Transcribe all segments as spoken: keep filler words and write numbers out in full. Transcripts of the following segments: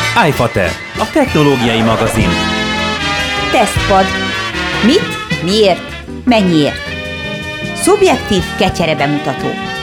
iFater, a technológiai magazin. Tesztpad. Mit, miért, mennyiért? Szubjektív ketyere bemutató.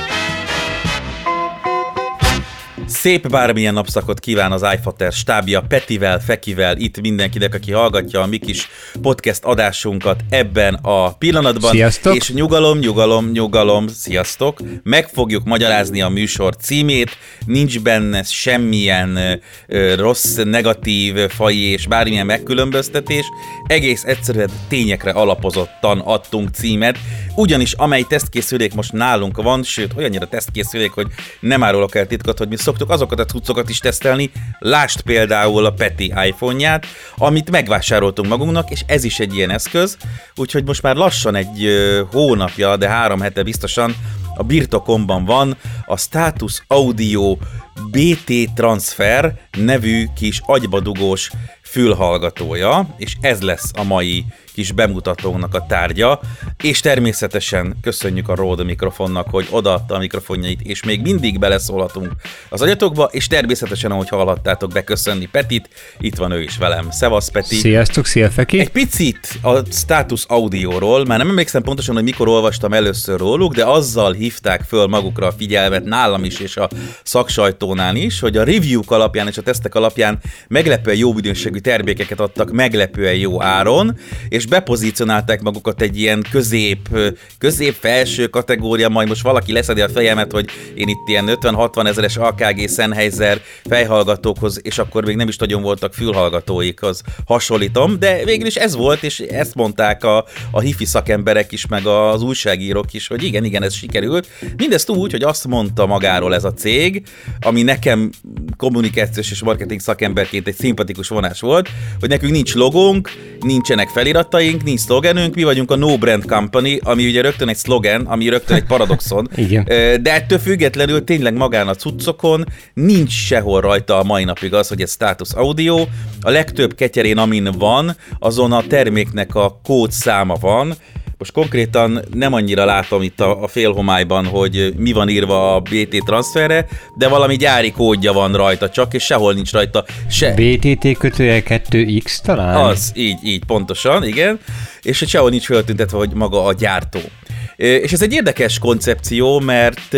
Szép bármilyen napszakot kíván az iFater stábja, Petivel, Fekivel, itt mindenkinek, aki hallgatja a mi kis podcast adásunkat ebben a pillanatban. Sziasztok! És nyugalom, nyugalom, nyugalom, sziasztok! Meg fogjuk magyarázni a műsor címét, nincs benne semmilyen ö, rossz, negatív, faji és bármilyen megkülönböztetés, egész egyszerűen tényekre alapozottan adtunk címet, ugyanis amely tesztkészülék most nálunk van, sőt, olyannyira tesztkészülék, hogy nem árulok el titkot, hogy mi szoktuk azokat a cuccokat is tesztelni, lásd például a Peti iPhone-ját, amit megvásároltunk magunknak, és ez is egy ilyen eszköz, úgyhogy most már lassan egy ö, hónapja, de három hete biztosan a birtokomban van a Status Audio bé té Transfer nevű kis agybadugós fülhallgatója, és ez lesz a mai kis bemutatónak a tárgya, és természetesen köszönjük a Rode mikrofonnak, hogy odaadta a mikrofonjait, és még mindig beleszólhatunk az agyatokba, és természetesen, ahogy hallhattátok, beköszönni Petit, itt van ő is velem. Szevasz, Peti! Sziasztok, szia, Feki! Egy picit a Status Audio-ról, már nem emlékszem pontosan, hogy mikor olvastam először róluk, de azzal hívták föl magukra a figyelmet nálam is, és a szaksajtónál is, hogy a review-k alapján és a tesztek alapján meglepően jó minőségű termékeket adtak meglepően jó áron, és bepozícionálták magukat egy ilyen közép, közép-felső kategória, majd most valaki leszedi a fejemet, hogy én itt ilyen ötven-hatvan ezeres á ká gé Sennheiser fejhallgatókhoz, és akkor még nem is nagyon voltak fülhallgatóikhoz hasonlítom, de végül is ez volt, és ezt mondták a, a hifi szakemberek is, meg az újságírók is, hogy igen, igen, ez sikerült. Mindezt úgy, hogy azt mondta magáról ez a cég, ami nekem kommunikációs és marketing szakemberként egy szimpatikus vonás volt, hogy nekünk nincs logónk, nincsenek felirataink, nincs szlogenünk, mi vagyunk a No Brand Company, ami ugye rögtön egy szlogen, ami rögtön egy paradoxon. De ettől függetlenül tényleg magán a cuccokon nincs sehol rajta a mai napig az, hogy ez Status Audio. A legtöbb ketyerén, amin van, azon a terméknek a kódszáma van. Most konkrétan nem annyira látom itt a, a félhomályban, hogy mi van írva a bé té Transferre, de valami gyári kódja van rajta csak, és sehol nincs rajta se. bé té té kötőjel kettő iksz talán? Az, így, így, pontosan, igen. És hogy sehol nincs feltüntetve, hogy maga a gyártó. És ez egy érdekes koncepció, mert,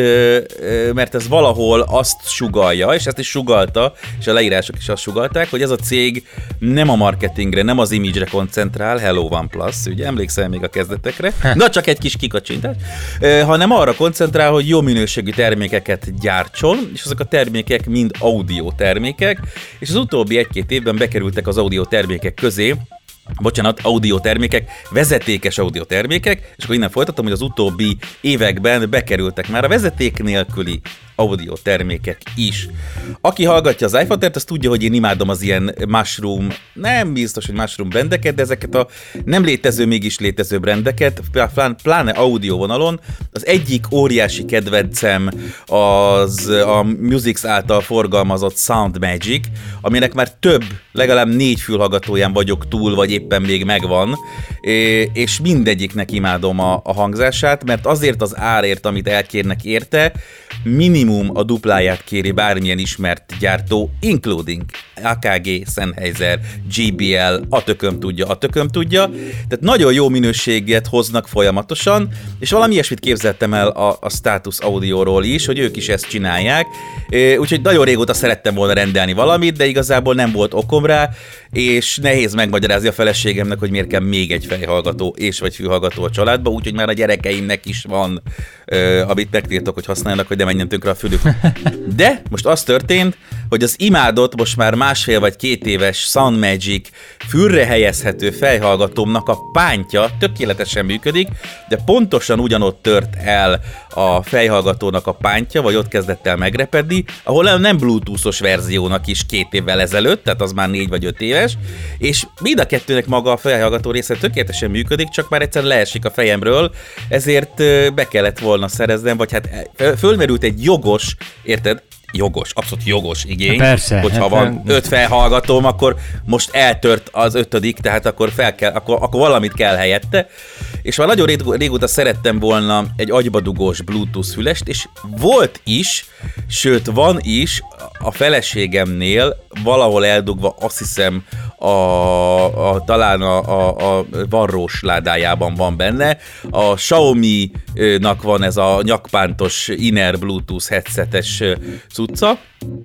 mert ez valahol azt sugallja, és ezt is sugalta, és a leírások is azt sugalták, hogy ez a cég nem a marketingre, nem az image-re koncentrál, Hello OnePlus, ugye emlékszel még a kezdetekre, na csak egy kis kikacsintás, hanem arra koncentrál, hogy jó minőségű termékeket gyártson, és ezek a termékek mind audio termékek, és az utóbbi egy-két évben bekerültek az audio termékek közé, bocsánat, audio termékek, vezetékes audio termékek, és akkor innen folytatom, hogy az utóbbi években bekerültek már a vezeték nélküli audio termékek is. Aki hallgatja az iFatert, az tudja, hogy én imádom az ilyen mushroom, nem biztos, hogy mushroom brandeket, de ezeket a nem létező, mégis létező brandeket, pláne audio vonalon. Az egyik óriási kedvencem az a Musix által forgalmazott Sound Magic, aminek már több, legalább négy fülhallgatóján vagyok túl, vagy éppen még megvan, és mindegyiknek imádom a, a hangzását, mert azért az árért, amit elkérnek érte, minimum a dupláját kéri bármilyen ismert gyártó, including á ká gé, Sennheiser, jé bé el, a tököm tudja, a tököm tudja, tehát nagyon jó minőséget hoznak folyamatosan, és valami ilyesmit képzeltem el a, a Status Audio-ról is, hogy ők is ezt csinálják, úgyhogy nagyon régóta szerettem volna rendelni valamit, de igazából nem volt okom rá, és nehéz megmagyarázni a feleségemnek, hogy miért kell még egy fejhallgató és vagy fülhallgató a családba, úgyhogy már a gyerekeimnek is van, amit megtiltok, hogy használjanak, hogy ne menjen tönkre a fülük. De most az történt, hogy az imádott, most már másfél vagy két éves Sound Magic fülre helyezhető fejhallgatómnak a pántja tökéletesen működik, de pontosan ugyanott tört el a fejhallgatónak a pántja, vagy ott kezdett el megrepedni, ahol nem bluetoothos verziónak is két évvel ezelőtt, tehát az már négy vagy öt éves, és mind a kettőnek maga a fejhallgató része tökéletesen működik, csak már egyszer leesik a fejemről, ezért be kellett volna szereznem, vagy hát fölmerült egy jogos, érted, jogos, abszolút jogos igény. Persze. Hogyha hát, van öt felhallgatóm, akkor most eltört az ötödik, tehát akkor, fel kell, akkor, akkor valamit kell helyette. És már nagyon rég, régóta szerettem volna egy agybadugós Bluetooth fülest, és volt is, sőt van is a feleségemnél valahol eldugva, azt hiszem, a, a, talán a, a, a varrós ládájában van benne. A Xiaomi-nak van ez a nyakpántos Inner Bluetooth headsetes cucca,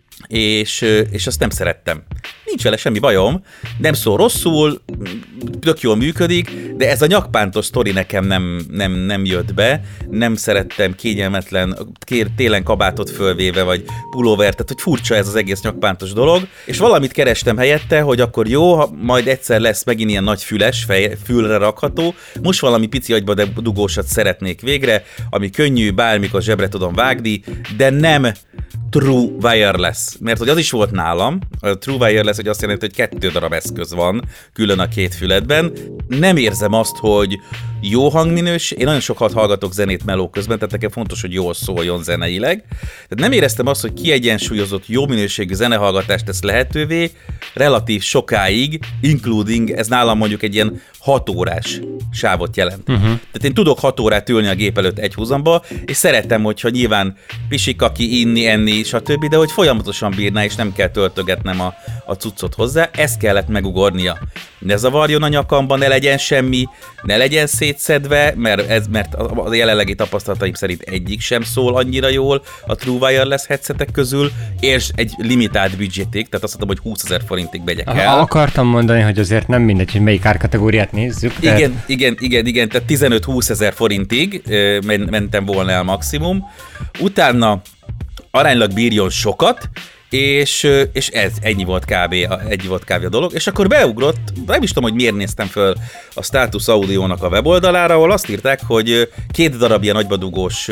és, és azt nem szerettem. Nincs vele semmi bajom, nem szól rosszul, tök jól működik, de ez a nyakpántos sztori nekem nem, nem, nem jött be, nem szerettem, kényelmetlen, kér, télen kabátot fölvéve, vagy pulóvert, tehát hogy furcsa ez az egész nyakpántos dolog, és valamit kerestem helyette, hogy akkor jó, ha majd egyszer lesz megint ilyen nagy füles, fej, fülre rakható, most valami pici agyba dugósat szeretnék végre, ami könnyű, bármikor zsebre tudom vágni, de nem True Wireless, mert hogy az is volt nálam, a True Wireless, hogy azt jelenti, hogy kettő darab eszköz van külön a két fületben. Nem érzem azt, hogy jó hangminőség, én nagyon sokat hallgatok zenét meló közben, tehát nekem fontos, hogy jól szóljon zeneileg. Tehát nem éreztem azt, hogy kiegyensúlyozott, jó minőségű zenehallgatást tesz lehetővé, relatív sokáig, including, ez nálam mondjuk egy ilyen hat órás sávot jelent. Uh-huh. Tehát én tudok hat órát ülni a gép előtt egy húzamba, és szeretem, hogyha nyilván pisikaki, inni, enni, stb., de hogy folyamatosan bírná, és nem kell töltögetnem a, a cuccot hozzá, ezt kellett megugornia. Ne zavarjon a nyakamban, ne legyen semmi, ne legyen szétszedve, mert, ez, mert a jelenlegi tapasztalataim szerint egyik sem szól annyira jól a True Wireless headsetek közül, és egy limitált budgetig, tehát azt mondom, hogy húszezer forintig megyek el. Akartam mondani, hogy azért nem mindegy, hogy melyik árkategóriát nézzük. Igen, tehát... igen, igen, igen, tehát tizenöt-húsz ezer forintig mentem volna el maximum. Utána aránylag bírjon sokat, és, és ez ennyi volt kb. Ennyi volt kb. A dolog, és akkor beugrott, nem is tudom, hogy miért néztem föl a Status Audio-nak a weboldalára, ahol azt írták, hogy két darab ilyen agybadugós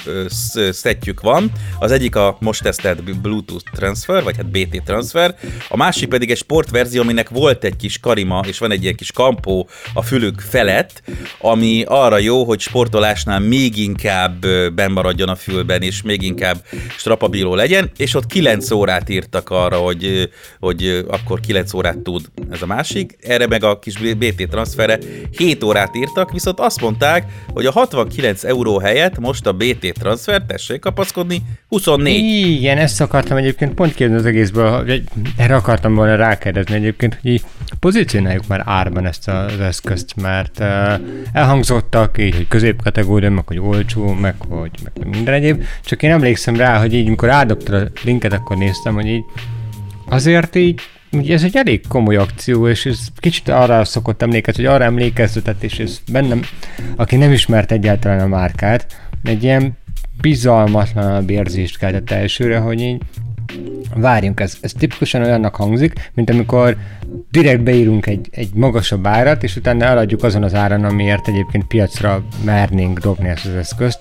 szettjük van, az egyik a most tesztelt Bluetooth transfer, vagy hát bé té transfer, a másik pedig egy sportverzió, aminek volt egy kis karima, és van egy ilyen kis kampó a fülük felett, ami arra jó, hogy sportolásnál még inkább benn maradjon a fülben, és még inkább strapabiló legyen, és ott kilenc órát írtak arra, hogy, hogy akkor kilenc órát tud ez a másik, erre meg a kis bé té transferre hét órát írtak, viszont azt mondták, hogy a hatvankilenc euró helyett most a bé té transfer, tessék kapaszkodni, huszonnégy. Igen, ezt akartam egyébként pont kérdezni az egészből, hogy erre akartam volna rákérdezni egyébként, hogy így pozícionáljuk már árban ezt az eszközt, mert uh, elhangzottak így, hogy középkategória, meg hogy olcsó, meg hogy meg minden egyéb, csak én emlékszem rá, hogy így, amikor áldobtad a linket, akkor néztem, hogy így azért így, ugye ez egy elég komoly akció, és ez kicsit arra szokott emlékezni, hogy arra emlékeztetett, és ez bennem, aki nem ismert egyáltalán a márkát, egy ilyen bizalmatlanabb érzést keltett elsőre, hogy így várjunk, ez, ez tipikusan olyannak hangzik, mint amikor direkt beírunk egy, egy magasabb árat, és utána eladjuk azon az áron, amiért egyébként piacra mernénk dobni ezt az eszközt,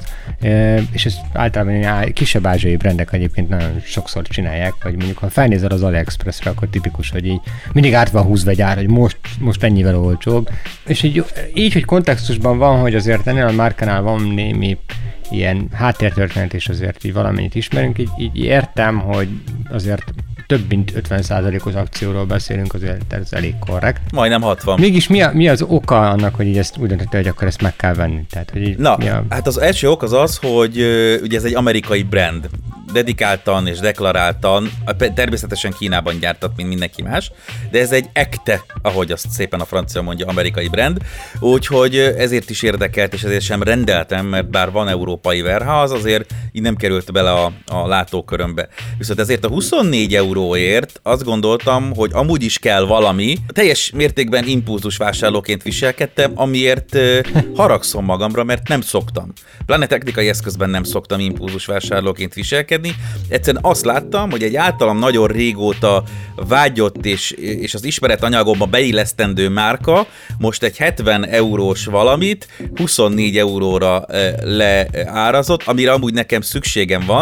és ezt általában kisebb ázsiai brendek egyébként nagyon sokszor csinálják, vagy mondjuk ha felnézel az AliExpressre, akkor tipikus, hogy így mindig át van húzva egy ár, hogy most, most ennyivel olcsóbb, és így, így, hogy kontextusban van, hogy azért ennél a márkánál van némi ilyen háttértörténet, és azért így valamennyit ismerünk, így, így értem, hogy azért több mint ötven százalékos akcióról beszélünk, azért ez elég korrekt. Majdnem hatvan. Mégis mi, a, mi az oka annak, hogy így ezt úgy döntötte, hogy akkor ezt meg kell venni? Tehát, hogy így, Na, a... hát az első ok az az, hogy ugye ez egy amerikai brand. Dedikáltan és deklaráltan, természetesen Kínában gyártat, mint mindenki más, de ez egy ekte, ahogy azt szépen a francia mondja, amerikai brand, úgyhogy ezért is érdekelt, és ezért sem rendeltem, mert bár van európai warehouse, azért így nem került bele a, a látókörömbe. Viszont ezért a huszonnégy euróért azt gondoltam, hogy amúgy is kell valami, teljes mértékben impulzus vásárlóként viselkedtem, amiért haragszom magamra, mert nem szoktam. Pláne technikai eszközben nem szoktam impulzus vásárlóként viselkedni. Egyszerűen azt láttam, hogy egy általam nagyon régóta vágyott és, és az ismeretanyagomba beillesztendő márka most egy hetven eurós valamit huszonnégy euróra leárazott, amire amúgy nekem szükségem van,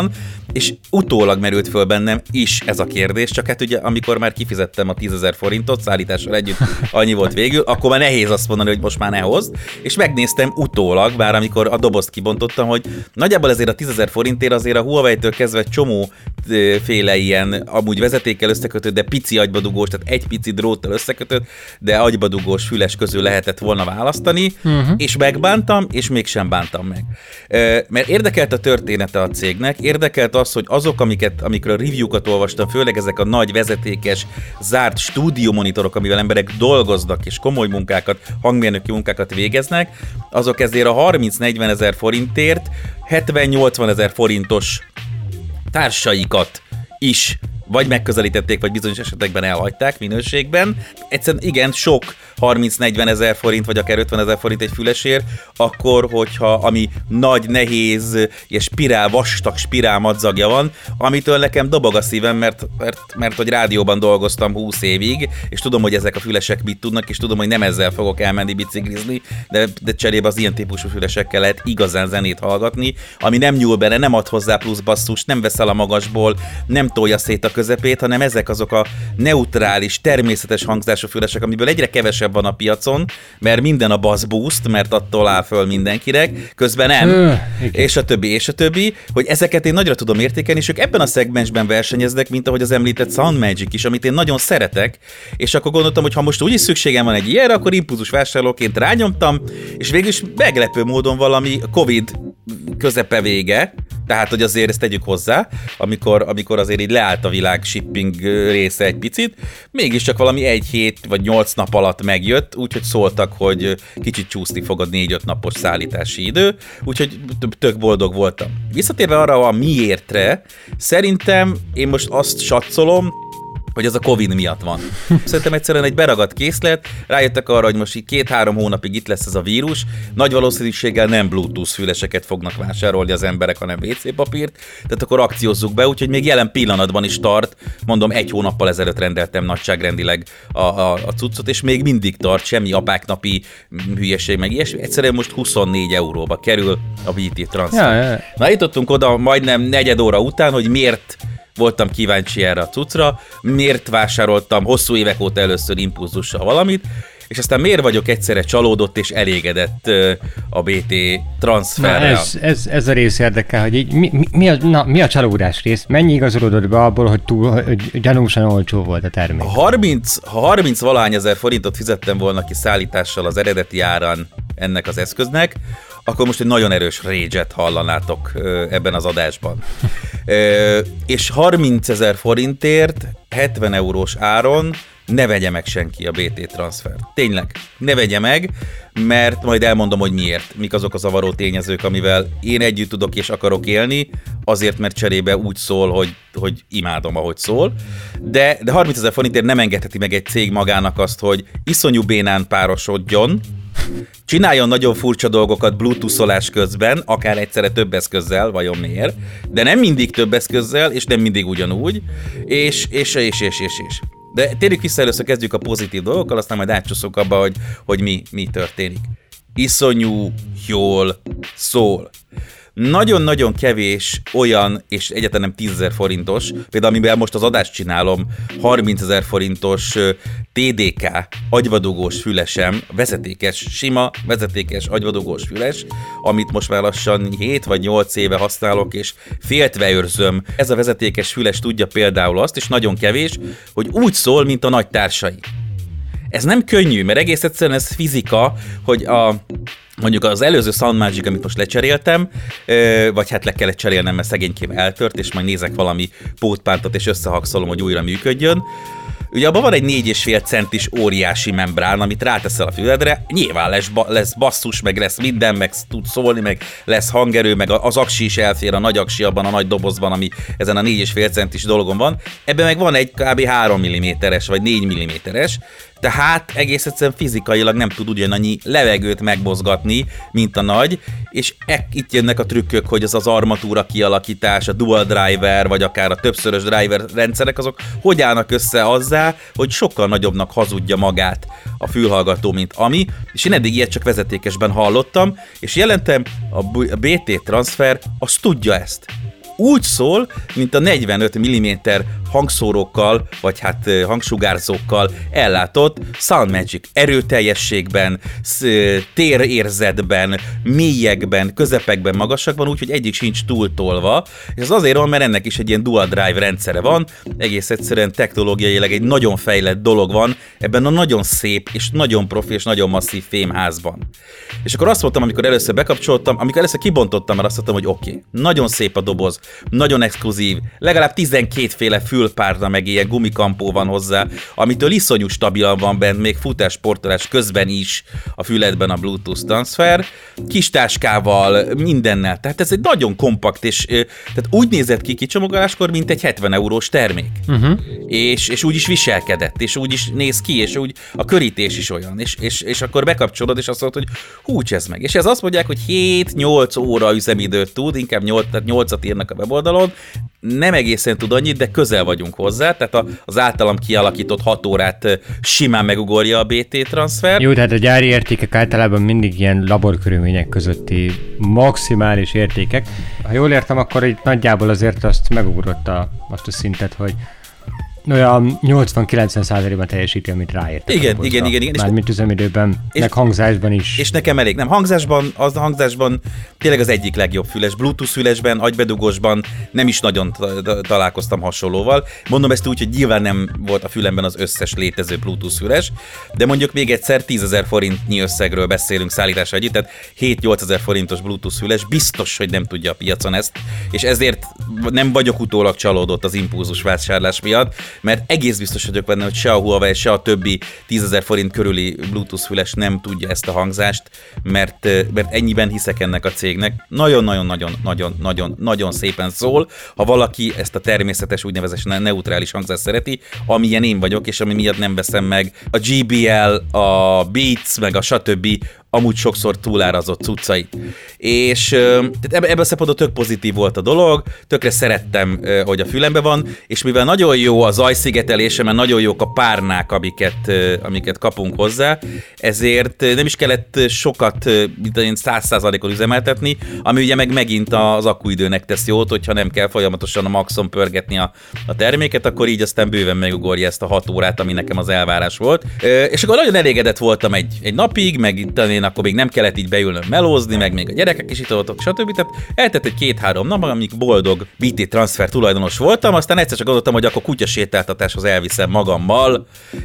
és utólag merült föl bennem is ez a kérdés, csak hát ugye amikor már kifizettem a tízezer forintot, szállítással együtt annyi volt végül, akkor már nehéz azt mondani, hogy most már ne hozd, és megnéztem utólag, bár amikor a dobozt kibontottam, hogy nagyjából ezért a tízezer forintért azért a Huawei-től kezdve csomó féle ilyen amúgy vezetékkel összekötött, de pici agybadugós, tehát egy pici dróttal összekötött, de agybadugós füles közül lehetett volna választani, uh-huh. és megbántam, és mégsem bántam meg. Mert érdekelt a története a cégnek, érdekelt az, hogy azok, amiket, amikről a review-kat olvastam, főleg ezek a nagy vezetékes, zárt stúdiómonitorok, amivel emberek dolgoznak, és komoly munkákat, hangmérnöki munkákat végeznek, azok ezért a harminc-negyven ezer forintért hetven-nyolcvan ezer forintos társaikat is vagy megközelítették, vagy bizonyos esetekben elhagyták minőségben. Egyszerűen igen, sok harminc-negyven ezer forint, vagy akár ötven ezer forint egy fülesért, akkor, hogyha ami nagy, nehéz, és spirál, vastag spirál madzagja van, amitől nekem dobog a szívem, mert, mert, mert hogy rádióban dolgoztam húsz évig, és tudom, hogy ezek a fülesek mit tudnak, és tudom, hogy nem ezzel fogok elmenni biciklizni, de, de cserébe az ilyen típusú fülesekkel lehet igazán zenét hallgatni, ami nem nyúl bele, nem ad hozzá plusz basszust, nem veszel a magasból, nem tolja szét a közepét, hanem ezek azok a neutrális, természetes hangzású fülesek, amiből egyre kevesebb van a piacon, mert minden a bass boost, mert attól áll föl mindenkinek, közben nem, Ö, és a többi, és a többi, hogy ezeket én nagyra tudom értékelni, és ők ebben a szegmensben versenyeznek, mint ahogy az említett Soundmagic is, amit én nagyon szeretek, és akkor gondoltam, hogy ha most úgyis szükségem van egy ilyenre, akkor impulzus vásárlóként rányomtam, és végül is meglepő módon valami Covid közepe vége, tehát, hogy azért ezt tegyük hozzá, amikor, amikor azért így leállt a világ shipping része egy picit, mégiscsak valami egy hét vagy nyolc nap alatt megjött, úgyhogy szóltak, hogy kicsit csúszni fog a négy-öt napos szállítási idő, úgyhogy tök boldog voltam. Visszatérve arra a miértre, szerintem én most azt satszolom, hogy ez a Covid miatt van. Szerintem egyszerűen egy beragadt készlet, rájöttek arra, hogy most így két-három hónapig itt lesz ez a vírus, nagy valószínűséggel nem Bluetooth füleseket fognak vásárolni az emberek, hanem vé cé papírt, tehát akkor akciózzuk be, úgyhogy még jelen pillanatban is tart, mondom, egy hónappal ezelőtt rendeltem nagyságrendileg a, a, a cuccot, és még mindig tart, semmi apáknapi hülyeség, meg ilyesmi, egyszerűen most huszonnégy euróba kerül a bé té transfer. Ja, ja. Na, jutottunk oda majdnem negyed óra után, hogy miért voltam kíváncsi erre a cuccra, miért vásároltam hosszú évek óta először impulzussal valamit, és aztán miért vagyok egyszerre csalódott és elégedett a bé té transferrel. Ez, ez, ez a rész érdekel, hogy így, mi, mi, a, na, mi a csalódás rész? Mennyi igazolódott be abból, hogy, túl, hogy gyanúsan olcsó volt a termék? Ha harminc valahány ezer forintot fizettem volna ki szállítással az eredeti árán ennek az eszköznek, akkor most egy nagyon erős rage-et hallanátok ebben az adásban. És harmincezer forintért hetven eurós áron ne vegye meg senki a bé té transfert. Tényleg, ne vegye meg, mert majd elmondom, hogy miért. Mik azok a zavaró tényezők, amivel én együtt tudok és akarok élni, azért, mert cserébe úgy szól, hogy, hogy imádom, ahogy szól. De, de harmincezer forintért nem engedheti meg egy cég magának azt, hogy iszonyú bénán párosodjon, csináljon nagyon furcsa dolgokat bluetooth-olás közben, akár egyszerre több eszközzel, vajon miért, de nem mindig több eszközzel, és nem mindig ugyanúgy, és, és, és, és, és, és. De térjük vissza, először kezdjük a pozitív dolgokkal, aztán majd átcsúszunk abba, hogy, hogy mi, mi történik. Iszonyú jól szól. Nagyon-nagyon kevés olyan, és egyáltalán nem tízezer forintos, például amivel most az adást csinálom, harmincezer forintos té dé ká agyvadugós fülesem, vezetékes, sima vezetékes agyvadugós füles, amit most már lassan hét vagy nyolc éve használok, és féltve őrzöm. Ez a vezetékes füles tudja például azt, és nagyon kevés, hogy úgy szól, mint a nagy társai. Ez nem könnyű, mert egész egyszerűen ez fizika, hogy a mondjuk az előző Soundmagic, amit most lecseréltem, vagy hát le kellett cserélnem, mert szegénykém eltört, és majd nézek valami pótpántot, és összehakszolom, hogy újra működjön. Ugye abban van egy négy és fél centis óriási membrán, amit ráteszel a füledre, nyilván lesz, lesz basszus, meg lesz minden, meg tud szólni, meg lesz hangerő, meg az aksi is elfér, a nagy aksi abban a nagy dobozban, ami ezen a négy és fél centis dolgon van. Ebben meg van egy kb. három milliméteres, vagy négy milliméteres, tehát egész egyszerűen fizikailag nem tud ugyanannyi levegőt megmozgatni, mint a nagy, és e- itt jönnek a trükkök, hogy az az armatúra kialakítás, a dual driver, vagy akár a többszörös driver rendszerek, azok hogy állnak össze azzá, hogy sokkal nagyobbnak hazudja magát a fülhallgató, mint ami, és én eddig ilyet csak vezetékesben hallottam, és jelentem, a bé té transfer az tudja ezt. úgy szól, mint a negyvenöt milliméter hangszórókkal, vagy hát hangsugárzókkal ellátott Soundmagic erőteljességben, térérzetben, mélyekben, közepekben, magasakban, úgyhogy egyik sincs túltolva, és ez azért van, mert ennek is egy ilyen dual drive rendszere van, egész egyszerűen technológiailag egy nagyon fejlett dolog van ebben a nagyon szép és nagyon profi és nagyon masszív fémházban. És akkor azt mondtam, amikor először bekapcsoltam, amikor először kibontottam, mert azt mondtam, hogy oké, okay, nagyon szép a doboz, nagyon exkluzív, legalább tizenkét féle fülpárna meg ilyen gumikampó van hozzá, amitől iszonyú stabilan van bent, még futás, sportolás közben is a füledben a Bluetooth transfer, kis táskával, mindennel. Tehát ez egy nagyon kompakt, és tehát úgy nézett ki kicsomagoláskor, mint egy hetven eurós termék. Uh-huh. És, és úgy is viselkedett, és úgy is néz ki, és úgy a körítés is olyan, és, és, és akkor bekapcsolod, és azt mondod, hogy hú, ez meg. És ez azt mondják, hogy hét-nyolc óra üzemidőt tud, inkább nyolc, tehát nyolcat írnak a weboldalon, nem egészen tud annyit, de közel vagyunk hozzá, tehát az általam kialakított hat órát simán megugorja a bé té transfer. Jó, tehát a gyári értékek általában mindig ilyen laborkörülmények közötti maximális értékek. Ha jól értem, akkor itt nagyjából azért azt megugrott a, azt a szintet, hogy olyan nyolcvan-kilencven százalékban teljesíti, amit ráértek. Igen, igen, igen, igen. Mármint üzemidőben, és, meg hangzásban is. És nekem elég. Nem, hangzásban, az hangzásban tényleg az egyik legjobb füles. Bluetooth fülesben, agybedugósban nem is nagyon találkoztam hasonlóval. Mondom ezt úgy, hogy nyilván nem volt a fülemben az összes létező Bluetooth füles, de mondjuk még egyszer tízezer forintnyi összegről beszélünk szállításra együtt, tehát hét-nyolcezer forintos Bluetooth füles, biztos, hogy nem tudja a piacon ezt, és ezért nem vagyok utólag csalódott az impulzus vásárlás miatt, mert egész biztos vagyok benne, hogy se a Huawei, se a többi tízezer forint körüli Bluetooth füles nem tudja ezt a hangzást, mert, mert ennyiben hiszek ennek a cégnek. Nagyon-nagyon-nagyon-nagyon-nagyon szépen szól, ha valaki ezt a természetes úgynevezett neutrális hangzást szereti, amilyen én vagyok, és ami miatt nem veszem meg a gé bé el, a Beats, meg a stb. Amúgy sokszor túlárazott cuccait. És tehát ebben a szempontból tök pozitív volt a dolog, tökre szerettem, hogy a fülembe van, és mivel nagyon jó a zajszigetelése, mert nagyon jók a párnák, amiket, amiket kapunk hozzá, ezért nem is kellett sokat, mint én száz százalékon üzemeltetni, ami ugye meg megint az akkuidőnek tesz jót, hogyha nem kell folyamatosan a maxon pörgetni a, a terméket, akkor így aztán bőven megugorja ezt a hat órát, ami nekem az elvárás volt. És akkor nagyon elégedett voltam egy, egy napig, meg itt én akkor még nem kellett így beülnöm melózni, meg még a gyerekek is itt voltak, stb. Tehát eltett egy két-három nap, amíg boldog bé té transfer tulajdonos voltam, aztán egyszer csak gondoltam, hogy akkor kutyasétáltatáshoz elviszem magammal,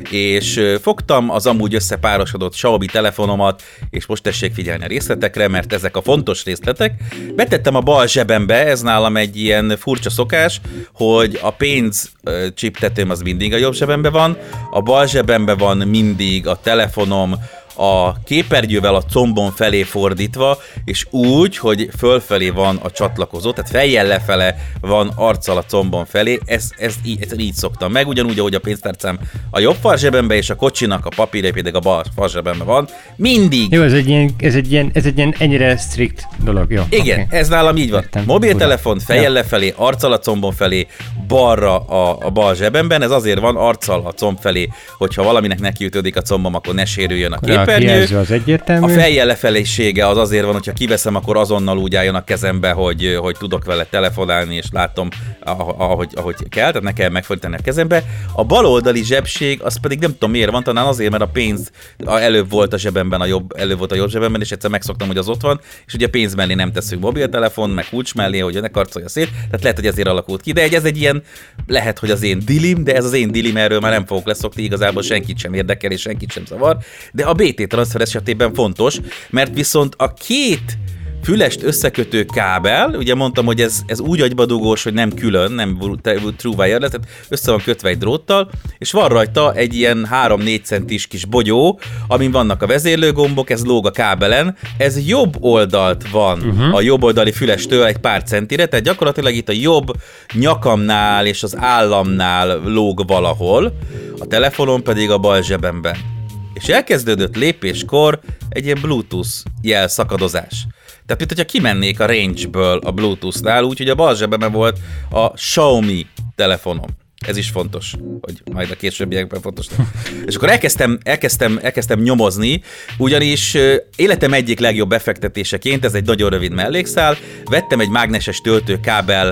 és fogtam az amúgy összepárosodott Xiaomi telefonomat, és most tessék figyelni a részletekre, mert ezek a fontos részletek. Betettem a bal zsebembe, ez nálam egy ilyen furcsa szokás, hogy a pénz csiptetőm az mindig a jobb zsebembe van, a bal zsebembe van mindig a telefonom, a képernyővel a combon felé fordítva, és úgy, hogy fölfelé van a csatlakozó, tehát fejjel lefele van arccal a combon felé, ezt, ezt, így, ezt így szoktam meg, ugyanúgy, ahogy a pénztárcám a jobb farzsebembe, és a kocsinak a papírja pedig a bal farzsebembe van, mindig. Jó, ez egy ilyen, ez egy ilyen, ez egy ilyen ennyire strikt dolog, jó. Igen, okay. Ez nálam így van. Értem. Mobiltelefon fejjel ja. lefelé, arccal a combon felé, balra a, a bal zsebemben, ez azért van arccal a comb felé, hogyha valaminek nekiütődik a combom, akkor ne sérüljön a kép. Az egyértelmű. A fejjel lefelésége az azért van, hogyha kiveszem, akkor azonnal úgy álljon a kezembe, hogy, hogy tudok vele telefonálni, és látom, ahogy, ahogy kell, tehát ne kell megfordítani a kezembe. A baloldali zsebség, az pedig nem tudom miért van, talán azért, mert a pénz előbb volt a zsebemben, a jobb, előbb volt a jobb zsebemben, és egyszer megszoktam, hogy az ott van, és ugye a pénz mellé nem teszünk mobiltelefon, meg kulcs mellé, hogy ne karcolja szét, tehát lehet, hogy ezért alakult ki, de ez egy ilyen, lehet, hogy az én dilim, de ez az én dilim, erről már nem fogok leszokni, igazából senkit sem érdekel, és senkit sem zavar, de a bé té transfer esetében fontos, mert viszont a két fülest összekötő kábel, ugye mondtam, hogy ez, ez úgy agybadugós, hogy nem külön, nem true wireless, tehát össze van kötve egy dróttal, és van rajta egy ilyen három-négy centis kis bogyó, amin vannak a vezérlőgombok, ez lóg a kábelen, ez jobb oldalt van uh-huh. a jobb oldali fülestől egy pár centire, tehát gyakorlatilag itt a jobb nyakamnál és az államnál lóg valahol, a telefonon pedig a bal zsebemben. És elkezdődött lépéskor egy ilyen Bluetooth jelszakadozás. Tehát, mint hogyha kimennék a range-ből a Bluetooth-nál, úgyhogy a bal zsebemben volt a Xiaomi telefonom. Ez is fontos, hogy majd a későbbiekben fontos. És akkor elkezdtem, elkezdtem, elkezdtem nyomozni, ugyanis életem egyik legjobb befektetéseként, ez egy nagyon rövid mellékszál, vettem egy mágneses töltőkábel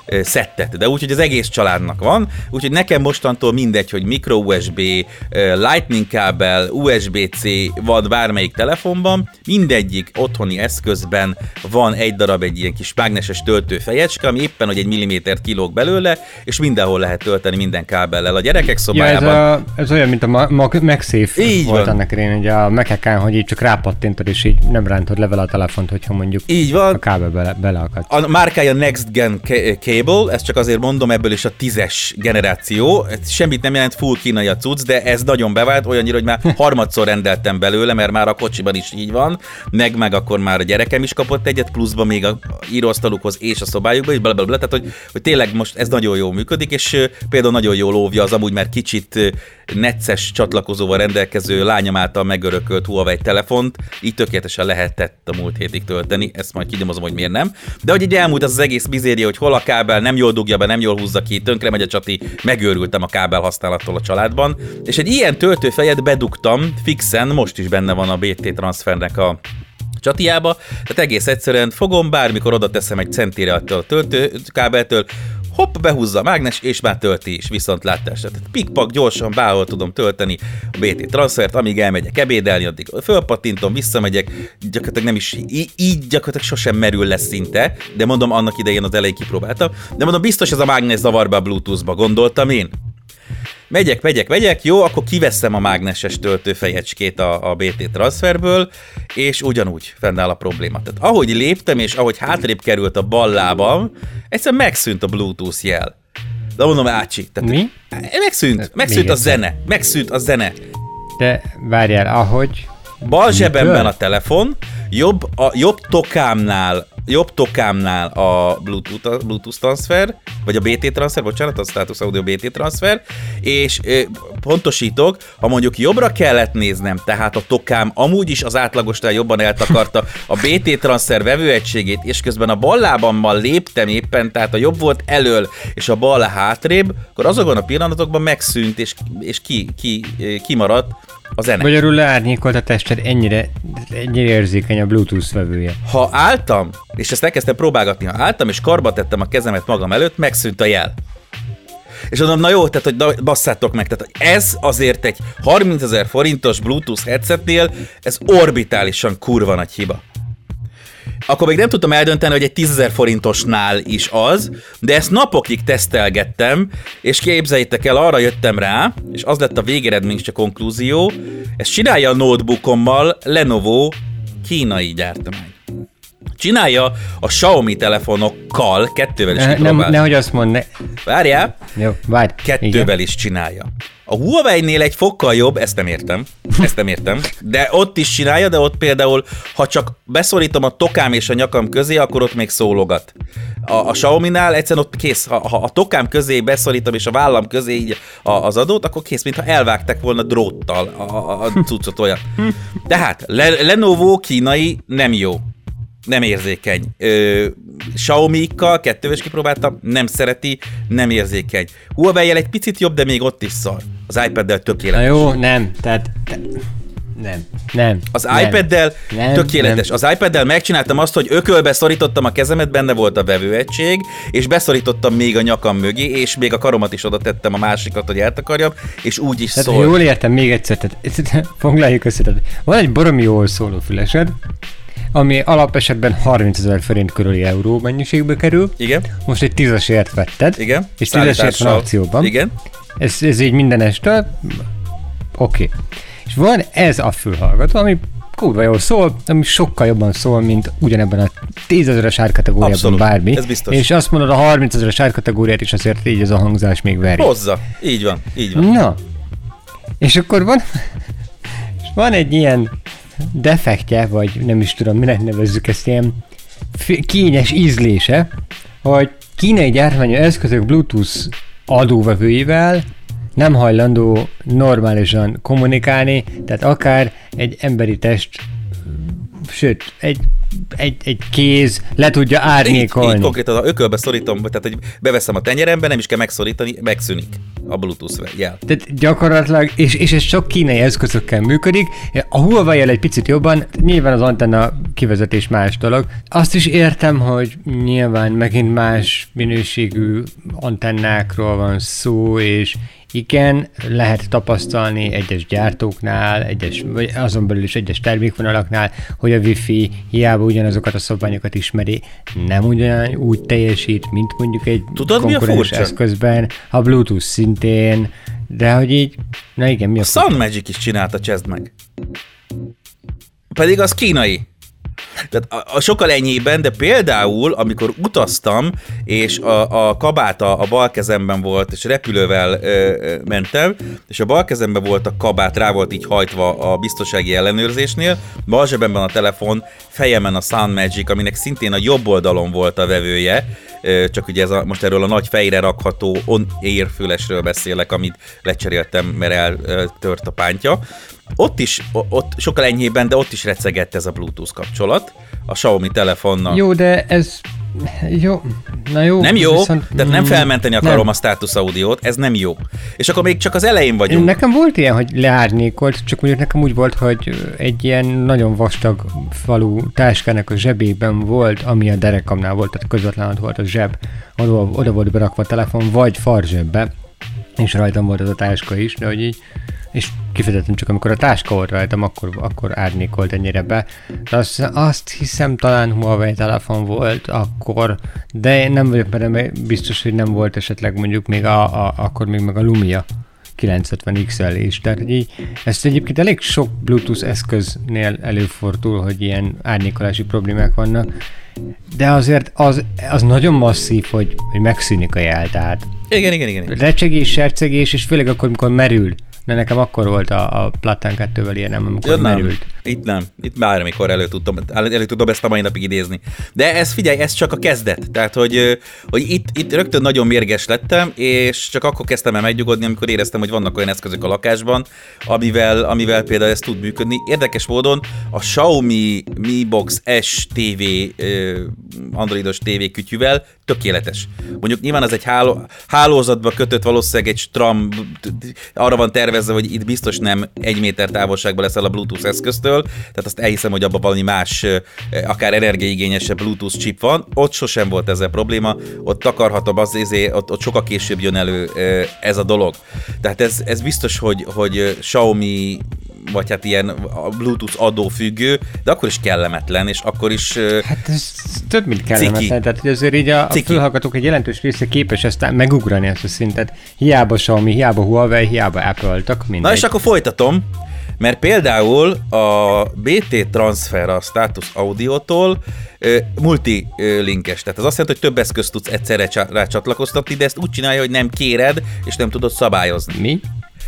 szettet, de úgy, hogy az egész családnak van, úgyhogy nekem mostantól mindegy, hogy micro u es bé, lightning kábel, u es bé cé van bármelyik telefonban, mindegyik otthoni eszközben van egy darab egy ilyen kis mágneses töltőfejecske, ami éppen, hogy egy millimétert kilóg belőle, és mindenhol lehet tölteni minden kábellel. A gyerekek szobájában... Ja, ez, a, ez olyan, mint a MagSafe volt van. Annak régen, ugye a Mac-en, hogy így csak rápattintod, és így nem rántod le vele a telefont, hogyha mondjuk így van. A kábel bele, beleakad. A márkája Next Gen Cable, ezt csak azért mondom, ebből is a tízes generáció. Semmit nem jelent, full kínai a cucc, de ez nagyon bevált, olyannyira, hogy már harmadszor rendeltem belőle, mert már a kocsiban is így van, meg meg akkor már a gyerekem is kapott egyet, pluszban még a íróasztalukhoz és a szobájukba is, blablabla, tehát hogy, hogy tényleg most ez nagyon jól működik, és például nagyon jól óvja az amúgy már kicsit necces csatlakozóval rendelkező lányom által megörökölt Huawei telefont, így tökéletesen lehetett a múlt hétig tölteni, ezt majd kinyomozom, hogy miért nem. De hogy így elmúlt az, az egész mizéria, hogy hol a kábel, nem jól dugja be, nem jól húzza ki, tönkre megy a csati, megőrültem a kábel használattól a családban. És egy ilyen töltőfejet bedugtam fixen, most is benne van a bé té Transfernek a csatiába, tehát egész egyszerűen fogom, bármikor oda teszem egy centire a töltőkábeltől, hopp, behúzza a mágnes, és már tölti is, viszontlátás. Tehát pikpak, gyorsan bárhol tudom tölteni a bé té Transfert, amíg elmegyek ebédelni, addig fölpattintom, visszamegyek, gyakorlatilag nem is, í- így gyakorlatilag sosem merül lesz szinte, de mondom, annak idején az elején kipróbáltam, de mondom, biztos ez a mágnes zavar be a Bluetooth-ba, gondoltam én. Megyek, megyek, megyek, jó, akkor kiveszem a mágneses töltőfejecskét a, a bé té Transferből, és ugyanúgy fennáll a probléma. Tehát ahogy léptem, és ahogy hátrébb került a bal lábam, egyszerűen megszűnt a Bluetooth jel. De mondom, ácsi. Tehát mi? Megszűnt, megszűnt a zene, megszűnt a zene. De várjál, ahogy... Bal zsebemben a telefon, jobb, a jobb tokámnál, jobb tokámnál a Bluetooth, a Bluetooth transfer, vagy a bé té transfer, bocsánat, a Status Audio bé té transfer, és ö, pontosítok, ha mondjuk jobbra kellett néznem, tehát a tokám amúgy is az átlagosnál jobban eltakarta a bé té transfer vevőegységét, és közben a bal lábammal léptem éppen, tehát a jobb volt elől, és a bal hátrébb, akkor azokban a pillanatokban megszűnt, és, és ki, ki, kimaradt a zene. Magyarul leárnyékolt a tested, ennyire, ennyire érzékeny a Bluetooth vevője. Ha álltam, és ezt elkezdtem próbálgatni, ha álltam, és karba tettem a kezemet magam előtt, megszűnt a jel. És mondom, na jó, tehát, hogy basszátok meg, tehát ez azért egy harmincezer forintos Bluetooth headsetnél, ez orbitálisan kurva nagy hiba. Akkor még nem tudtam eldönteni, hogy egy tízezer forintosnál is az, de ezt napokig tesztelgettem, és képzeljétek el, arra jöttem rá, és az lett a végeredmény és a konklúzió, ezt csinálja a notebookommal Lenovo kínai gyártmány. Csinálja a Xiaomi telefonokkal, kettővel is ne, kipróbáltam. Nem, nehogy azt mondd, ne... Várjál? Jó, várj. Kettővel igen. is csinálja. A Huawei-nél egy fokkal jobb, ezt nem értem, ezt nem értem, de ott is csinálja, de ott például, ha csak beszorítom a tokám és a nyakam közé, akkor ott még szólogat. A, a Xiaomi-nál egyszerűen ott kész, ha, ha a tokám közé beszorítom és a vállam közé így a, az adót, akkor kész, mintha elvágták volna dróttal a, a, a cuccot olyan. Tehát Le, Lenovo kínai nem jó. Nem érzékeny. Ö, Xiaomi-kkal kettővel is kipróbáltam, nem szereti, nem érzékeny. Huawei-jel egy picit jobb, de még ott is szar. Az iPad-del tökéletes. Na jó, nem, tehát... Te, nem, nem. Az nem, iPad-del nem, tökéletes. Nem. Az iPad-del megcsináltam azt, hogy ökölbe szorítottam a kezemet, benne volt a vevőegység, és beszorítottam még a nyakam mögé, és még a karomat is oda tettem a másikat, hogy eltakarjam, és úgy is tehát, szól. Jól értem, még egyszer, tehát foglaljuk össze. Tehát van egy baromi jól szóló fülesed, ami alapesetben harmincezer forint körüli euró mennyiségbe kerül. Igen. Most egy tízesért vetted. Igen. És tízesért van akcióban. Igen. Ez, ez így minden este. Oké. Okay. És van ez a fülhallgató, ami kurva jól szól, ami sokkal jobban szól, mint ugyanebben a tízezeres árkategóriában abszolút. Bármi. Ez biztos. És azt mondod, a harmincezeres árkategóriát is azért így ez a hangzás még veri. Hozza. Így van. Így van. Na. És akkor van, és van egy ilyen defektje, vagy nem is tudom, minek nevezzük ezt, ilyen kényes ízlése, hogy kínai gyártmányú eszközök Bluetooth adóvevőivel nem hajlandó normálisan kommunikálni, tehát akár egy emberi test, sőt, egy egy, egy kéz le tudja árnyékolni. Így, így konkrétan az ökölbe szorítom, tehát hogy beveszem a tenyerembe, nem is kell megszorítani, megszűnik a Bluetooth jel. Tehát gyakorlatilag, és, és ez sok kínai eszközökkel működik. A Huawei-jel egy picit jobban, nyilván az antenna kivezetés más dolog. Azt is értem, hogy nyilván megint más minőségű antennákról van szó, és igen, lehet tapasztalni egyes gyártóknál, egyes, vagy azon belül is egyes termékvonalaknál, hogy a Wi-Fi hiába ugyanazokat a szabványokat ismeri, nem ugyan úgy teljesít, mint mondjuk egy Tudod, konkurens eszközben, a Bluetooth szintén, de hogy így, na igen, mi a, a SoundMagic is csinálta, csezd meg. Pedig az kínai. Tehát a, a sokkal enyhében, de például, amikor utaztam, és a, a kabát a, a bal kezemben volt, és repülővel ö, ö, mentem, és a bal kezemben volt a kabát, rá volt így hajtva a biztonsági ellenőrzésnél, bal zsebemben a telefon, fejemen a SoundMagic, aminek szintén a jobb oldalon volt a vevője, ö, csak ugye ez a, most erről a nagy fejre rakható on-air fülesről beszélek, amit lecseréltem, mert eltört a pántja. Ott is, ott sokkal enyhében, de ott is recegett ez a Bluetooth kapcsolat a Xiaomi telefonnal. Jó, de ez... Jó, na jó. Nem jó, viszont, tehát nem felmenteni akarom nem. a status audiót, ez nem jó. És akkor még csak az elején vagyunk. Nekem volt ilyen, hogy leárnyékolt, csak mondjuk nekem úgy volt, hogy egy ilyen nagyon vastag falú táskának a zsebében volt, ami a derekamnál volt, tehát közvetlenül volt a zseb, oda, oda volt berakva a telefon, vagy farzsebbe, és rajtam volt az a táska is, de hogy így, és kifejezetten csak amikor a táska volt rajtam, akkor, akkor árnyékolt ennyire be. De azt, azt hiszem talán Huawei telefon volt akkor, de én nem vagyok benne biztos, hogy nem volt esetleg mondjuk még a, a, akkor még meg a Lumia kilencszázötven iksz el is. Tehát így, ezt egyébként elég sok Bluetooth eszköznél előfordul, hogy ilyen árnyékolási problémák vannak, de azért az, az nagyon masszív, hogy, hogy megszűnik a jel, tehát Igen, igen, igen. igen. recsegés, sercegés, és főleg akkor, amikor merül. De nekem akkor volt a, a Platán kettővel ilyenem, amikor Ja, nem. merült. Itt nem. Itt bármikor elő tudtam, elő tudom ezt a mai napig idézni. De ez figyelj, ez csak a kezdet. Tehát, hogy, hogy itt, itt rögtön nagyon mérges lettem, és csak akkor kezdtem el megnyugodni, amikor éreztem, hogy vannak olyan eszközök a lakásban, amivel, amivel például ez tud működni. Érdekes módon a Xiaomi Mi Box S té vé, androidos té vé kütyűvel tökéletes. Mondjuk nyilván az egy háló, hálózatba kötött, valószínűleg egy stram, arra van tervezve, hogy itt biztos nem egy méter távolságban leszel a Bluetooth eszköztől, tehát azt elhiszem, hogy abban valami más, akár energiaigényesebb Bluetooth chip van. Ott sosem volt ezzel probléma, ott takarhatóbb az izé, ott, ott sokkal később jön elő ez a dolog. Tehát ez, ez biztos, hogy, hogy Xiaomi vagy hát ilyen a Bluetooth adófüggő, de akkor is kellemetlen, és akkor is Hát ez több, mint kellemetlen, ciki. tehát hogy azért így a, a fülhallgatók egy jelentős része képes ezt megugrani ezt a szintet. Hiába Xiaomi, hiába Huawei, hiába Apple-tak, mindegy. Na és akkor folytatom, mert például a bé té Transfer a Status Audiótól multilinkes, tehát az azt jelenti, hogy több eszközt tudsz egyszerre rácsatlakoztatni, de ezt úgy csinálja, hogy nem kéred, és nem tudod szabályozni. Mi?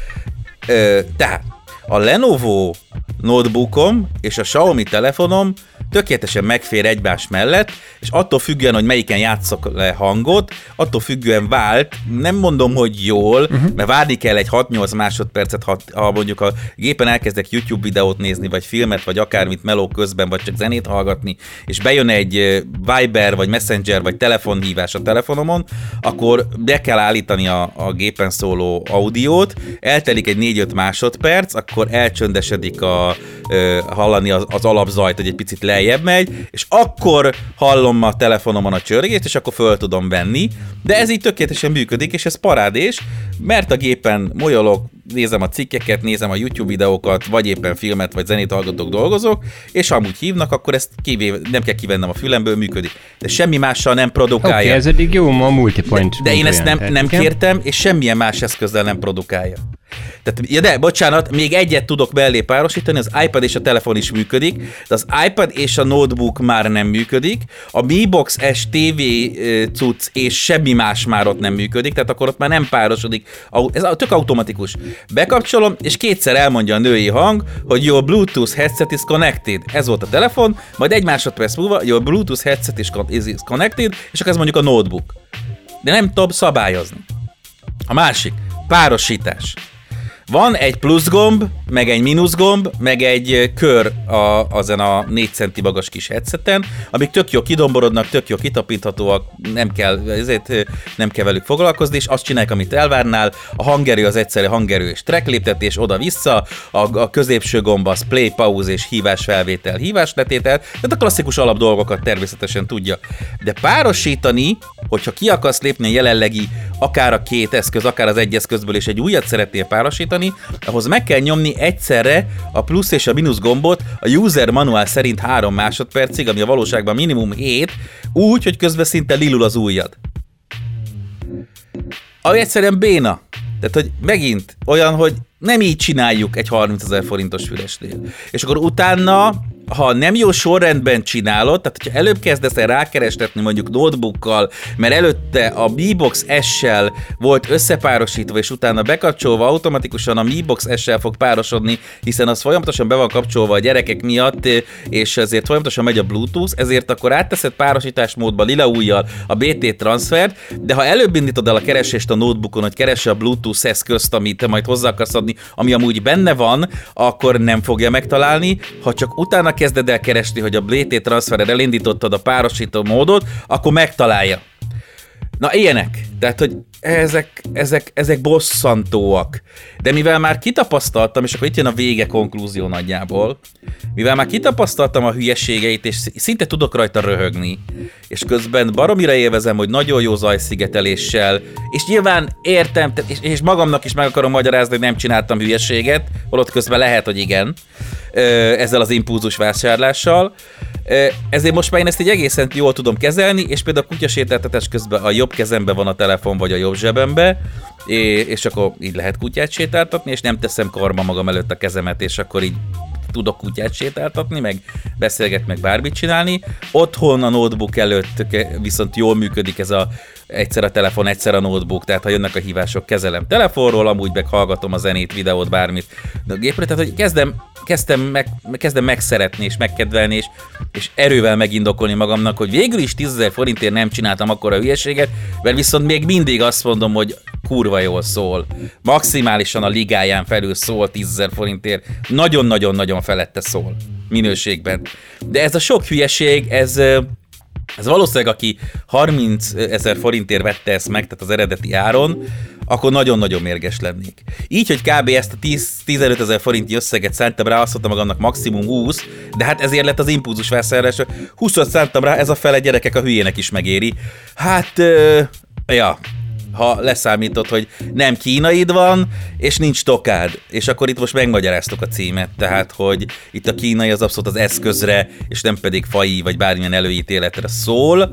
Ö, tehát a Lenovo notebookom és a Xiaomi telefonom tökéletesen megfér egymás mellett, és attól függően, hogy melyiken játszok le hangot, attól függően vált, nem mondom, hogy jól, uh-huh. mert várni kell egy hat-nyolc másodpercet, ha, ha mondjuk a gépen elkezdek YouTube videót nézni, vagy filmet, vagy akármit meló közben, vagy csak zenét hallgatni, és bejön egy Viber, vagy Messenger, vagy telefonhívás a telefonomon, akkor be kell állítani a, a gépen szóló audiót, eltelik egy négy-öt másodperc, akkor elcsöndesedik a, ö, hallani az, az alapzajt, hogy egy picit lejjebb megy, és akkor hallom a telefonomon a csörgést, és akkor föl tudom venni, de ez így tökéletesen működik, és ez parádés, mert a gépen molyolok, nézem a cikkeket, nézem a YouTube videókat, vagy éppen filmet, vagy zenét hallgatok, dolgozok, és amúgy hívnak, akkor ezt kivéve, nem kell kivennem a fülemből, működik. De semmi mással nem produkálja. Oké, okay, ez eddig jó, ma multipoint. De, de én ezt nem, nem kértem, és semmilyen más eszközzel nem produkálja. Tehát, ja de, bocsánat, még egyet tudok mellé párosítani, az iPad és a telefon is működik, de az iPad és a notebook már nem működik, a Mi Box S té vé cucc és semmi más már ott nem működik, tehát akkor ott már nem párosodik. Ez tök automatikus. Bekapcsolom, és kétszer elmondja a női hang, hogy your Bluetooth headset is connected. Ez volt a telefon, majd egy másodperc múlva your Bluetooth headset is connected, és akkor ez mondjuk a notebook. De nem tudom szabályozni. A másik, párosítás. Van egy plusz gomb, meg egy mínusz gomb, meg egy kör a, azen a négy centi magas kis headseten, amik tök jó kidomborodnak, tök jó kitapinthatóak, nem kell, ezért nem kell velük foglalkozni, és azt csinálják, amit elvárnál. A hangerő az egyszerű hangerő és track léptetés oda-vissza, a, a középső gomb az play, pause és hívás felvétel, hívás letétel, tehát a klasszikus alap dolgokat természetesen tudja. De párosítani, hogyha ki akarsz lépni a jelenlegi akár a két eszköz, akár az egy eszközből, és egy újat szeretnél párosítani, ahhoz meg kell nyomni egyszerre a plusz és a mínusz gombot a user manuál szerint három másodpercig, ami a valóságban minimum hét, úgy, hogy közben szinte lilul az ujjad. Ami egyszerűen béna. Tehát, hogy megint olyan, hogy nem így csináljuk egy harmincezer forintos fülesnél. És akkor utána, ha nem jó sorrendben csinálod, tehát hogyha előbb kezdesz el rákerestetni mondjuk notebookkal, mert előtte a Mi Box S-sel volt összepárosítva, és utána bekapcsolva automatikusan a Mi Box S-sel fog párosodni, hiszen az folyamatosan be van kapcsolva a gyerekek miatt, és ezért folyamatosan megy a Bluetooth, ezért akkor átteszed párosítás módba lila ujjal a bé té transfert, de ha előbb indítod el a keresést a notebookon, hogy keresse a Bluetooth eszközt, amit te majd hozzá akarsz adni, ami amúgy benne van, akkor nem fogja megtalálni. Ha csak utána kezded el keresni, hogy a bé té transfered elindítottad a párosító módot, akkor megtalálja. Na ilyenek. Tehát, hogy ezek, ezek, ezek bosszantóak. De mivel már kitapasztaltam, és akkor itt jön a vége konklúzió nagyjából, mivel már kitapasztaltam a hülyeségeit, és szinte tudok rajta röhögni, és közben baromira élvezem, hogy nagyon jó zajszigeteléssel, és nyilván értem, és, és magamnak is meg akarom magyarázni, hogy nem csináltam hülyeséget, holott közben lehet, hogy igen, ezzel az impulzus vásárlással. Ezért most már én ezt így egészen jól tudom kezelni, és például a kutyasétáltatás közben a jobb kezemben van a telefon, vagy a jobb zsebembe, és akkor így lehet kutyát sétáltatni, és nem teszem karma magam előtt a kezemet, és akkor így tudok kutyát sétáltatni, meg beszélget, meg bármit csinálni. Otthon a notebook előtt viszont jól működik ez a egyszer a telefon, egyszer a notebook, tehát ha jönnek a hívások, kezelem telefonról, amúgy meg hallgatom a zenét, videót, bármit a gépről, tehát hogy kezdem, kezdem, meg, kezdem megszeretni és megkedvelni, és, és erővel megindokolni magamnak, hogy végül is tízezer forintért nem csináltam akkora hülyeséget, mert viszont még mindig azt mondom, hogy kurva jól szól. Maximálisan a ligáján felül szól tízezer forintért. Nagyon-nagyon-nagyon felette szól minőségben. De ez a sok hülyeség, ez, ez valószínűleg aki harmincezer forintért vette ezt meg, tehát az eredeti áron, akkor nagyon-nagyon mérges lennék. Így, hogy kb. Ezt a tíz-tizenöt ezer forinti összeget szántam rá, azt mondtam magamnak maximum húsz, de hát ezért lett az impulzus vásárlás. húszat szántam rá, ez a fele gyerekek a hülyének is megéri. Hát, euh, ja... ha leszámítod, hogy nem kínaid van, és nincs tokád. És akkor itt most megmagyaráztuk a címet, tehát, hogy itt a kínai az abszolút az eszközre, és nem pedig faji, vagy bármilyen előítéletre szól.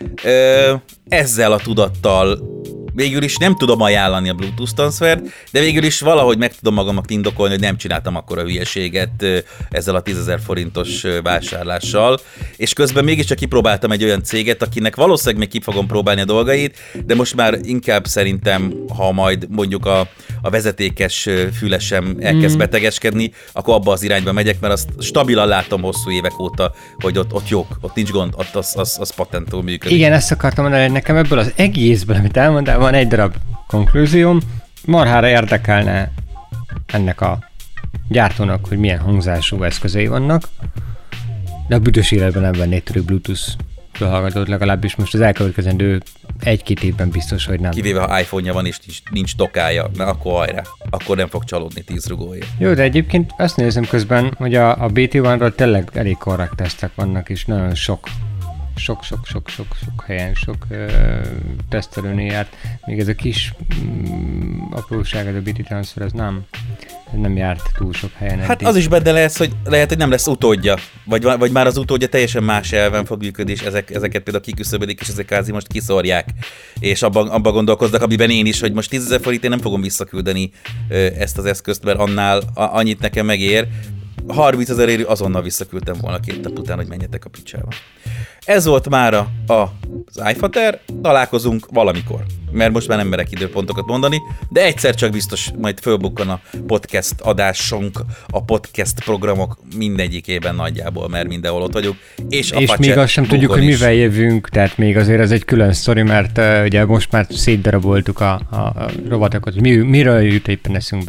Ezzel a tudattal végül is nem tudom ajánlani a Bluetooth transfert, de végül is valahogy meg tudom magamnak indokolni, hogy nem csináltam akkora hülyeséget ezzel a tízezer forintos vásárlással, és közben mégiscsak kipróbáltam egy olyan céget, akinek valószínűleg még ki fogom próbálni a dolgait, de most már inkább szerintem, ha majd mondjuk a, a vezetékes fülesem elkezd mm. betegeskedni, akkor abba az irányba megyek, mert azt stabilan látom hosszú évek óta, hogy ott, ott jók, ott nincs gond, ott az, az, az patentul működik. Igen, ezt akartam mondani, hogy nekem ebből az egészből, amit elmondtál, van egy darab konklúzióm, marhára érdekelne ennek a gyártónak, hogy milyen hangzású eszközei vannak, de a büdös életben nem vennék tőlük Bluetooth fülhallgatót, legalábbis most az elkövetkezendő egy-két évben biztos, hogy nem. Kivéve, ha iPhone-ja van és nincs, nincs tokája, na akkor hajrá, akkor nem fog csalódni tíz rugóért. Jó, de egyébként azt nézem közben, hogy a, a bé té egy-ról tényleg elég korrekt tesztek vannak, és nagyon sok sok-sok-sok-sok-sok helyen, sok ö, tesztelőnél járt. Még ez a kis mm, apróság, ez a bé té transfer, ez nem, ez nem járt túl sok helyen. Hát eddig. Az is benne lesz, hogy lehet, hogy nem lesz utódja, vagy, vagy már az utódja teljesen más elven fog működni, és ezek, ezeket például kiküszöbödik, és ezek kázi most kiszorják, és abban, abban gondolkoznak, amiben én is, hogy most tízezer forintért nem fogom visszaküldeni ö, ezt az eszközt, mert annál a, annyit nekem megér, harmincezer érő azonnal visszaküldtem volna két nap után, hogy menjetek a picsába. Ez volt mára az iFater, találkozunk valamikor, mert most már nem merek időpontokat mondani, de egyszer csak biztos majd fölbukkan a podcast adásunk, a podcast programok mindegyikében nagyjából, mert mindenhol ott vagyunk. És, a és még azt sem tudjuk, is. Hogy mivel jövünk, tehát még azért ez egy külön sztori, mert uh, ugye most már szétdaraboltuk a, a, a rovatokat, mi, miről jut éppen eszünkbe.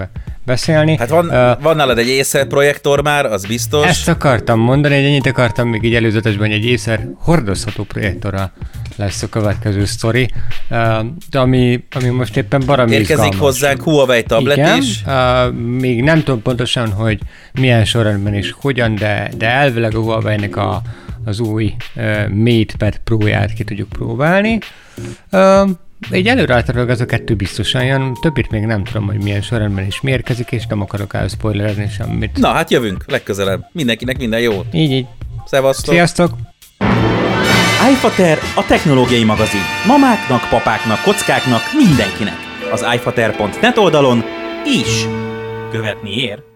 beszélni. Hát van, uh, van nálad egy Acer projektor már, az biztos. Ezt akartam mondani, hogy ennyit akartam még így előzetesben, hogy egy Acer hordozható projektorra lesz a következő sztori, de ami, ami most éppen baromi Érkezik izgalmas. Hozzánk Huawei tablet Igen, is. Uh, még nem tudom pontosan, hogy milyen sorrendben és hogyan, de, de elvileg a Huawei-nek a, az új uh, MatePad Pro-ját ki tudjuk próbálni. Uh, Így előre ez a kettő biztosan jön, többit még nem tudom, hogy milyen sorrendben is mérkezik, és nem akarok elspoilerezni semmit. Na, hát jövünk legközelebb. Mindenkinek minden jót. Így, így. Szevasztok. Sziasztok! iFater a technológiai magazin. Mamáknak, papáknak, kockáknak, mindenkinek. Az iFater pont net oldalon is követni ér.